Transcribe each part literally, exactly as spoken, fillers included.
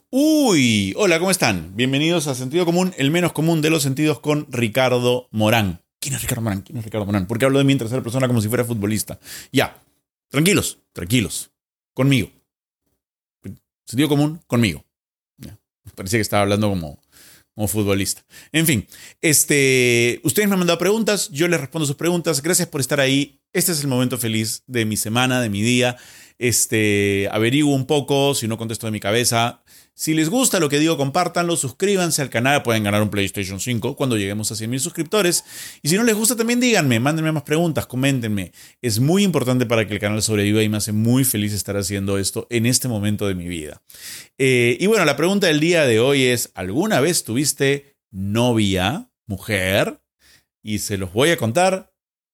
Uy, hola, ¿cómo están? Bienvenidos a Sentido Común, el menos común de los sentidos con Ricardo Morán. ¿Quién es Ricardo Morán? ¿Quién es Ricardo Morán? Porque hablo de mí en tercera persona como si fuera futbolista. Ya, tranquilos, tranquilos. Conmigo. Sentido común, conmigo. Ya. Parecía que estaba hablando como, como futbolista. En fin, este, ustedes me han mandado preguntas, yo les respondo sus preguntas. Gracias por estar ahí. Este es el momento feliz de mi semana, de mi día. Este, averiguo un poco, si no contesto de mi cabeza. Si les gusta lo que digo, compártanlo, suscríbanse al canal, pueden ganar un PlayStation cinco cuando lleguemos a cien mil suscriptores. Y si no les gusta, también díganme, mándenme más preguntas, coméntenme. Es muy importante para que el canal sobreviva y me hace muy feliz estar haciendo esto en este momento de mi vida. Eh, y bueno, la pregunta del día de hoy es, ¿alguna vez tuviste novia, mujer? Y se los voy a contar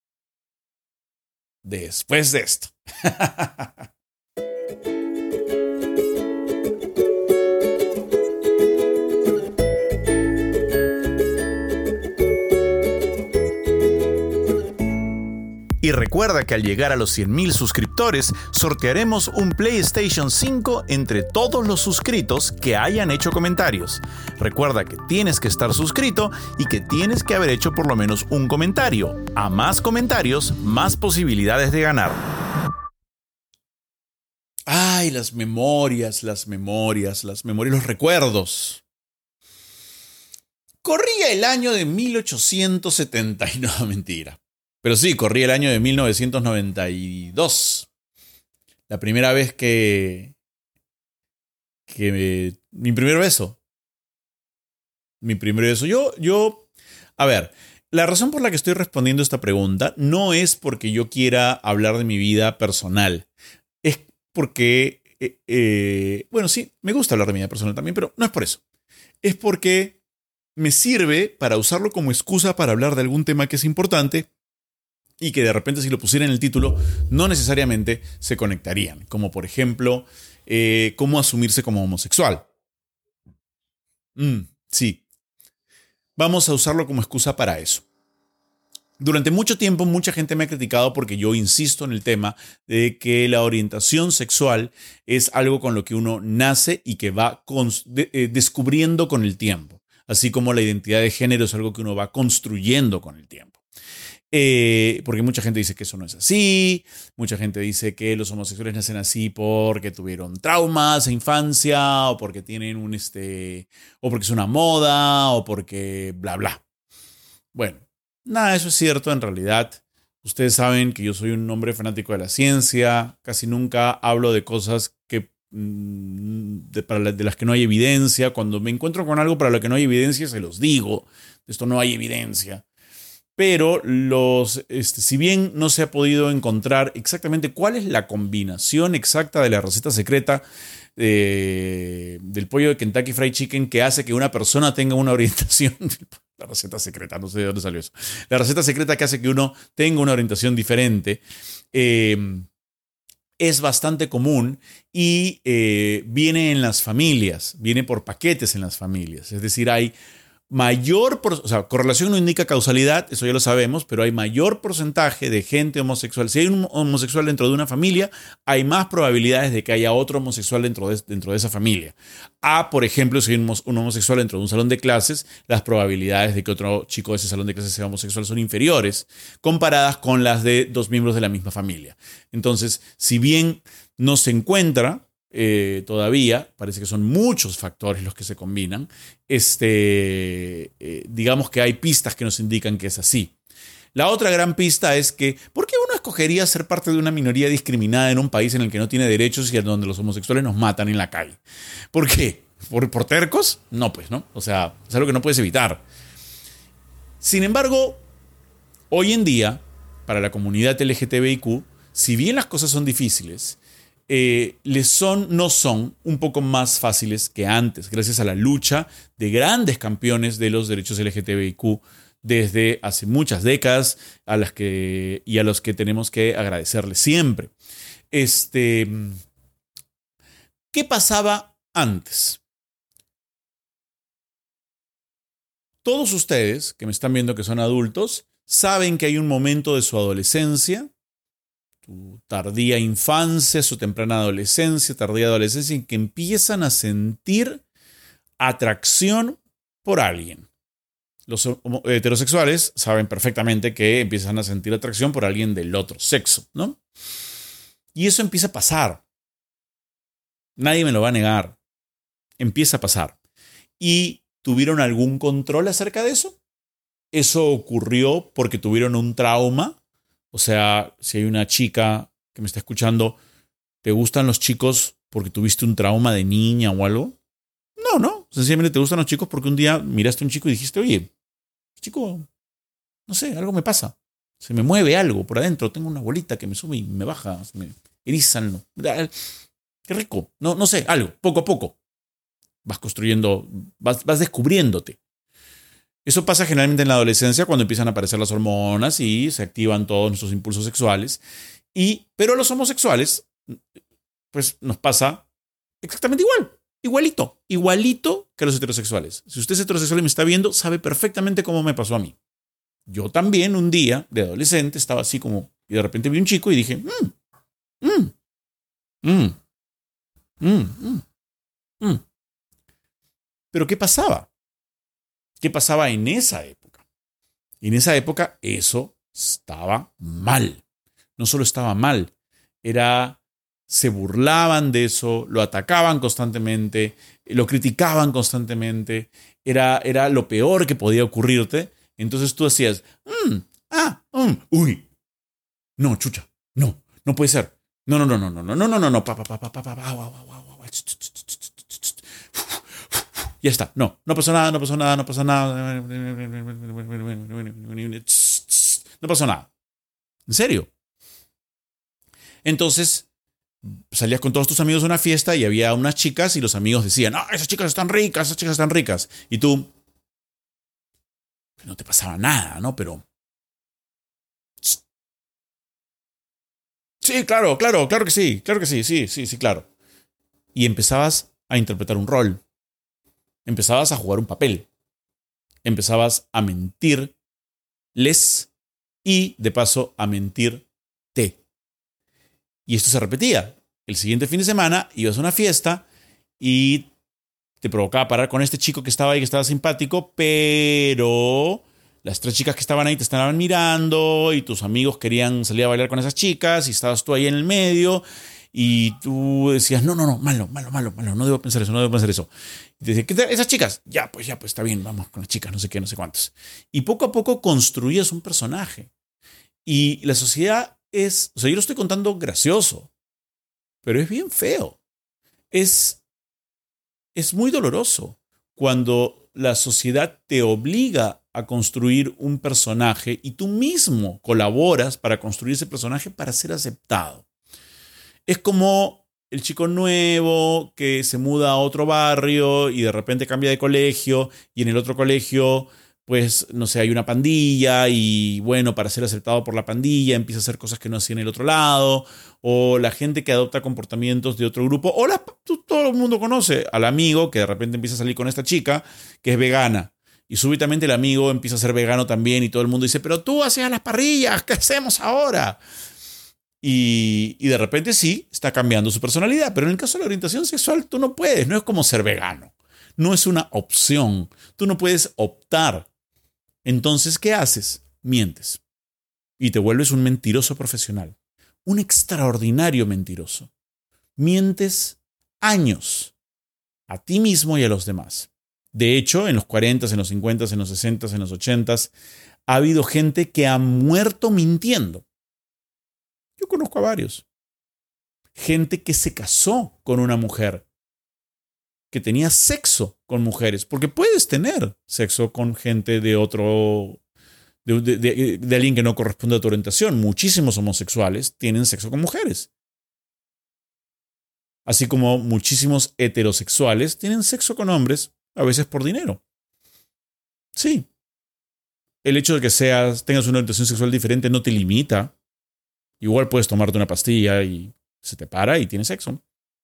después de esto. Y recuerda que al llegar a los cien mil suscriptores, sortearemos un PlayStation cinco entre todos los suscritos que hayan hecho comentarios. Recuerda que tienes que estar suscrito y que tienes que haber hecho por lo menos un comentario. A más comentarios, más posibilidades de ganar. Ay, las memorias, las memorias, las memorias, los recuerdos. Corría el año de mil ochocientos setenta y nueve, no, mentira. Pero sí, corrí el año de mil novecientos noventa y dos. La primera vez que... que me, mi primer beso. Mi primer beso. Yo, yo... A ver, la razón por la que estoy respondiendo esta pregunta no es porque yo quiera hablar de mi vida personal. Es porque... Eh, eh, bueno, sí, me gusta hablar de mi vida personal también, pero no es por eso. Es porque me sirve para usarlo como excusa para hablar de algún tema que es importante y que de repente si lo pusiera en el título no necesariamente se conectarían, como por ejemplo eh, cómo asumirse como homosexual. Mm, sí, vamos a usarlo como excusa para eso. Durante mucho tiempo mucha gente me ha criticado porque yo insisto en el tema de que la orientación sexual es algo con lo que uno nace y que va de, eh, descubriendo con el tiempo, así como la identidad de género es algo que uno va construyendo con el tiempo. Eh, porque mucha gente dice que eso no es así, mucha gente dice que los homosexuales nacen así porque tuvieron traumas en infancia, o porque tienen un este, o porque es una moda, o porque bla bla. Bueno, nada de eso es cierto en realidad. Ustedes saben que yo soy un hombre fanático de la ciencia, casi nunca hablo de cosas que de, para la, de las que no hay evidencia. Cuando me encuentro con algo para lo que no hay evidencia, se los digo, de esto no hay evidencia. Pero los, este, si bien no se ha podido encontrar exactamente cuál es la combinación exacta de la receta secreta eh, del pollo de Kentucky Fried Chicken que hace que una persona tenga una orientación, la receta secreta, no sé de dónde salió eso, la receta secreta que hace que uno tenga una orientación diferente, eh, es bastante común y eh, viene en las familias, viene por paquetes en las familias, es decir, hay mayor, por, o sea, correlación no indica causalidad, eso ya lo sabemos, pero hay mayor porcentaje de gente homosexual. Si hay un homosexual dentro de una familia, hay más probabilidades de que haya otro homosexual dentro de, dentro de esa familia. A, por ejemplo, si hay un, un homosexual dentro de un salón de clases, las probabilidades de que otro chico de ese salón de clases sea homosexual son inferiores, comparadas con las de dos miembros de la misma familia. Entonces, si bien no se encuentra Eh, todavía, parece que son muchos factores los que se combinan, este, eh, digamos que hay pistas que nos indican que es así. La otra gran pista es que, ¿por qué uno escogería ser parte de una minoría discriminada en un país en el que no tiene derechos y en donde los homosexuales nos matan en la calle? ¿Por qué? ¿Por, por tercos? No, pues, ¿no? O sea, es algo que no puedes evitar. Sin embargo, hoy en día, para la comunidad L G T B I Q, si bien las cosas son difíciles, Eh, les son, no son un poco más fáciles que antes, gracias a la lucha de grandes campeones de los derechos L G T B I Q desde hace muchas décadas, a las que, y a los que tenemos que agradecerles siempre. Este, ¿qué pasaba antes? Todos ustedes que me están viendo que son adultos saben que hay un momento de su adolescencia, su tardía infancia, su temprana adolescencia, tardía adolescencia, en que empiezan a sentir atracción por alguien. Los heterosexuales saben perfectamente que empiezan a sentir atracción por alguien del otro sexo, ¿no? Y eso empieza a pasar. Nadie me lo va a negar. Empieza a pasar. ¿Y tuvieron algún control acerca de eso? ¿Eso ocurrió porque tuvieron un trauma? O sea, si hay una chica que me está escuchando, ¿te gustan los chicos porque tuviste un trauma de niña o algo? No, no. Sencillamente te gustan los chicos porque un día miraste a un chico y dijiste, oye, chico, no sé, algo me pasa. Se me mueve algo por adentro. Tengo una bolita que me sube y me baja. Se me erizan. Qué rico. No, no sé, algo. Poco a poco. Vas construyendo, vas, vas descubriéndote. Eso pasa generalmente en la adolescencia cuando empiezan a aparecer las hormonas y se activan todos nuestros impulsos sexuales. Y, pero a los homosexuales, pues nos pasa exactamente igual. Igualito. Igualito que a los heterosexuales. Si usted es heterosexual y me está viendo, sabe perfectamente cómo me pasó a mí. Yo también un día, de adolescente, estaba así como... Y de repente vi un chico y dije... Mmm, mmm, mmm, mmm, mmm. Pero ¿qué pasaba? ¿Qué pasaba en esa época? En esa época eso estaba mal. No solo estaba mal, era... Se burlaban de eso, lo atacaban constantemente, lo criticaban constantemente, era, era lo peor que podía ocurrirte. Entonces tú hacías, mmm, ah, um, uy, no, chucha, no, no puede ser. No, no, no, no, no, no, no, no, no, no, pa, pa, pa, pa, pa, pa, pa, ya está, no, no pasó nada, no pasó nada, no pasó nada. No pasó nada. ¿En serio? Entonces salías con todos tus amigos a una fiesta y había unas chicas y los amigos decían, ah, esas chicas están ricas, esas chicas están ricas. Y tú, no te pasaba nada, ¿no? Pero... Sí, claro, claro, claro que sí, claro que sí, sí, sí, sí, claro. Y empezabas a interpretar un rol. Empezabas a jugar un papel. Empezabas a mentirles y, de paso, a mentirte. Y esto se repetía. El siguiente fin de semana ibas a una fiesta y te provocaba parar con este chico que estaba ahí, que estaba simpático, pero las tres chicas que estaban ahí te estaban mirando y tus amigos querían salir a bailar con esas chicas y estabas tú ahí en el medio y tú decías, no, no, no, malo, malo, malo, malo, no debo pensar eso, no debo pensar eso. Y te decía, ¿qué tal esas chicas? Ya, pues ya, pues está bien, vamos con las chicas, no sé qué, no sé cuántos. Y poco a poco construías un personaje. Y la sociedad es, o sea, yo lo estoy contando gracioso, pero es bien feo. Es, es muy doloroso cuando la sociedad te obliga a construir un personaje y tú mismo colaboras para construir ese personaje para ser aceptado. Es como el chico nuevo que se muda a otro barrio y de repente cambia de colegio y en el otro colegio, pues, no sé, hay una pandilla y bueno, para ser aceptado por la pandilla empieza a hacer cosas que no hacía en el otro lado, o la gente que adopta comportamientos de otro grupo, o la, todo el mundo conoce al amigo que de repente empieza a salir con esta chica que es vegana. Y súbitamente el amigo empieza a ser vegano también y todo el mundo dice, pero tú hacías las parrillas, ¿qué hacemos ahora? Y, y de repente sí, está cambiando su personalidad, pero en el caso de la orientación sexual tú no puedes, no es como ser vegano, no es una opción, tú no puedes optar. Entonces, ¿qué haces? Mientes y te vuelves un mentiroso profesional, un extraordinario mentiroso. Mientes años a ti mismo y a los demás. De hecho, en los cuarenta, en los cincuenta, en los sesenta, en los ochenta, ha habido gente que ha muerto mintiendo. Yo conozco a varios. Gente que se casó con una mujer, que tenía sexo con mujeres, porque puedes tener sexo con gente de otro, de, de, de, de alguien que no corresponde a tu orientación. Muchísimos homosexuales tienen sexo con mujeres. Así como muchísimos heterosexuales tienen sexo con hombres, a veces por dinero. Sí. El hecho de que seas, tengas una orientación sexual diferente no te limita. Igual puedes tomarte una pastilla y se te para y tienes sexo.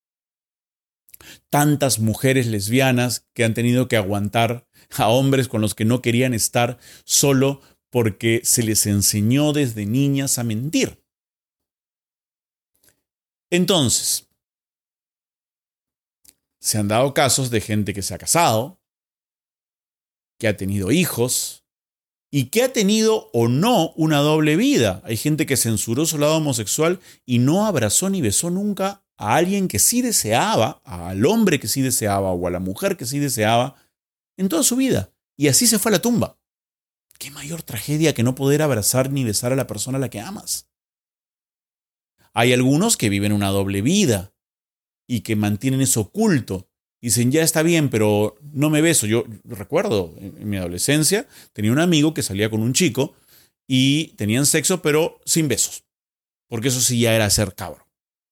Tantas mujeres lesbianas que han tenido que aguantar a hombres con los que no querían estar solo porque se les enseñó desde niñas a mentir. Entonces, Se han dado casos de gente que se ha casado, que ha tenido hijos y que ha tenido o no una doble vida. Hay gente que censuró su lado homosexual y no abrazó ni besó nunca a alguien que sí deseaba, al hombre que sí deseaba o a la mujer que sí deseaba en toda su vida. Y así se fue a la tumba. ¿Qué mayor tragedia que no poder abrazar ni besar a la persona a la que amas? Hay algunos que viven una doble vida y que mantienen eso oculto. Dicen, ya está bien, pero no me beso. Yo recuerdo, en mi adolescencia, tenía un amigo que salía con un chico y tenían sexo, pero sin besos. Porque eso sí ya era ser cabro.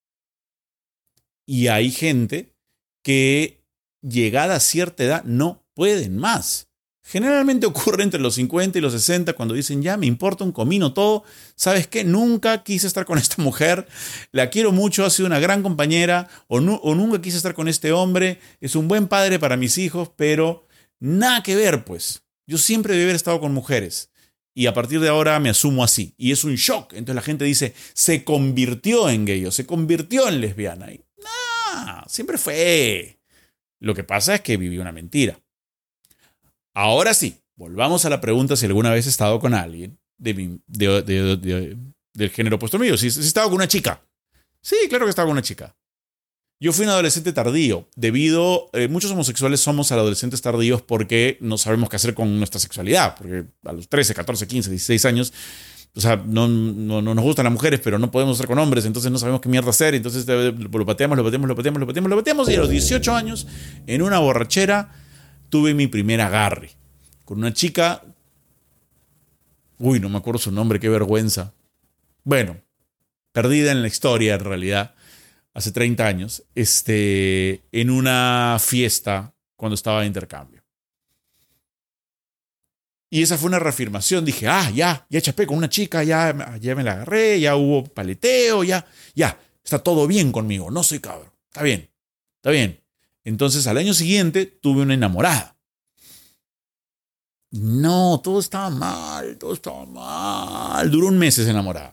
Y hay gente que, llegada a cierta edad, no pueden más. Generalmente ocurre entre los cincuenta y los sesenta, cuando dicen, ya me importa un comino todo. ¿Sabes qué? Nunca quise estar con esta mujer. La quiero mucho, ha sido una gran compañera. O, no, o nunca quise estar con este hombre. Es un buen padre para mis hijos, pero nada que ver, pues. Yo siempre debí haber estado con mujeres. Y a partir de ahora me asumo así. Y es un shock. Entonces la gente dice, se convirtió en gay o se convirtió en lesbiana. Y no, siempre fue. Lo que pasa es que viví una mentira. Ahora sí, volvamos a la pregunta si alguna vez he estado con alguien de mi, de, de, de, de, del género opuesto mío. Si, si he estado con una chica. Sí, claro que he estado con una chica. Yo fui un adolescente tardío. Debido, eh, muchos homosexuales somos adolescentes tardíos porque no sabemos qué hacer con nuestra sexualidad. Porque a los trece, catorce, quince, dieciséis años, o sea, no, no, no nos gustan las mujeres, pero no podemos estar con hombres, entonces no sabemos qué mierda hacer. Entonces lo pateamos, lo pateamos, lo pateamos, lo pateamos, lo pateamos. Y a los dieciocho años, en una borrachera, tuve mi primer agarre con una chica. Uy, no me acuerdo su nombre, qué vergüenza. Bueno, perdida en la historia en realidad, hace treinta años, este, en una fiesta cuando estaba de intercambio. Y esa fue una reafirmación. Dije, ah, ya, ya chapé con una chica, ya, ya me la agarré, ya hubo paleteo, ya, ya, está todo bien conmigo, no soy cabro, está bien, está bien. Entonces, al año siguiente, tuve una enamorada. No, todo estaba mal, todo estaba mal. Duró un mes esa enamorada.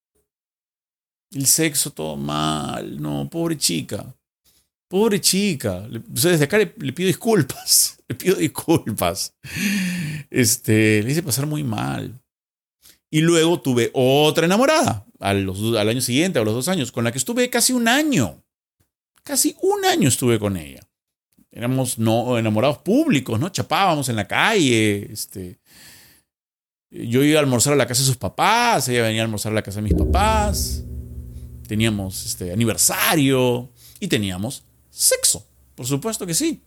El sexo todo mal. No, pobre chica. Pobre chica. O sea, desde acá le, le pido disculpas. Le pido disculpas. Este, le hice pasar muy mal. Y luego tuve otra enamorada al, los, al año siguiente, a los dos años, con la que estuve casi un año. Casi un año estuve con ella. Éramos no, enamorados públicos, ¿no? Chapábamos en la calle. Este, yo iba a almorzar a la casa de sus papás, ella venía a almorzar a la casa de mis papás. Teníamos este, aniversario y teníamos sexo, por supuesto que sí.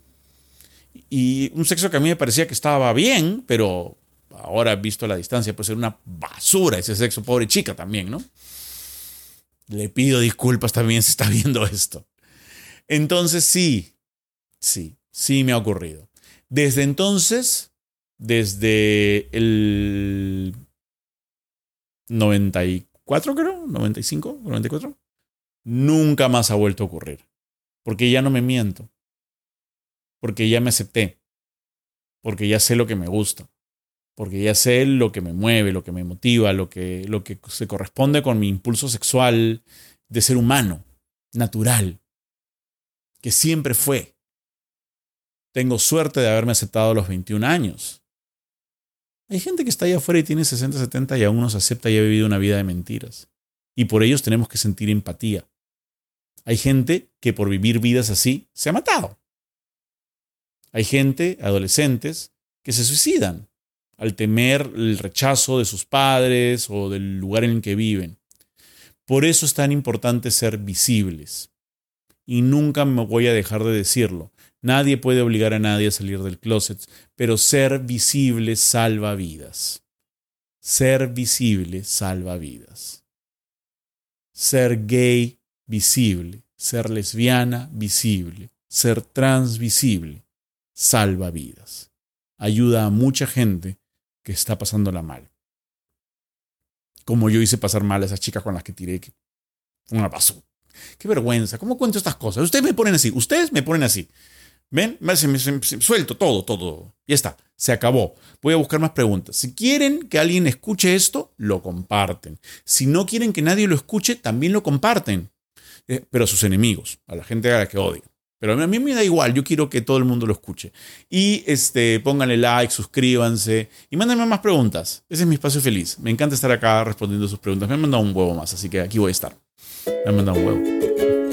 Y un sexo que a mí me parecía que estaba bien, pero ahora visto a la distancia puede ser una basura ese sexo, pobre chica también, ¿no? Le pido disculpas también si está viendo esto. Entonces sí, sí, sí me ha ocurrido. Desde entonces, desde el noventa y cuatro creo, noventa y cinco, noventa y cuatro, nunca más ha vuelto a ocurrir. Porque ya no me miento. Porque ya me acepté. Porque ya sé lo que me gusta. Porque ya sé lo que me mueve, lo que me motiva, lo que, lo que se corresponde con mi impulso sexual de ser humano, natural, que siempre fue. Tengo suerte de haberme aceptado a los veintiún años. Hay gente que está allá afuera y tiene sesenta, setenta y aún no se acepta y ha vivido una vida de mentiras. Y por ellos tenemos que sentir empatía. Hay gente que por vivir vidas así se ha matado. Hay gente, adolescentes, que se suicidan al temer el rechazo de sus padres o del lugar en el que viven. Por eso es tan importante ser visibles. Y nunca me voy a dejar de decirlo. Nadie puede obligar a nadie a salir del closet, pero ser visible salva vidas. Ser visible salva vidas. Ser gay, visible. Ser lesbiana, visible. Ser trans, visible. Salva vidas. Ayuda a mucha gente que está pasándola mal. Como yo hice pasar mal a esas chicas con las que tiré. Que fue una basura. Qué vergüenza. ¿Cómo cuento estas cosas? Ustedes me ponen así. Ustedes me ponen así. ¿Ven? Se me, se me, se me, suelto todo, todo. Ya está. Se acabó. Voy a buscar más preguntas. Si quieren que alguien escuche esto, lo comparten. Si no quieren que nadie lo escuche, también lo comparten. Eh, pero a sus enemigos, a la gente a la que odian. Pero a mí me da igual, yo quiero que todo el mundo lo escuche. Y este, pónganle like, suscríbanse y mándenme más preguntas. Ese es mi espacio feliz. Me encanta estar acá respondiendo sus preguntas. Me han mandado un huevo más, así que aquí voy a estar. Me han mandado un huevo.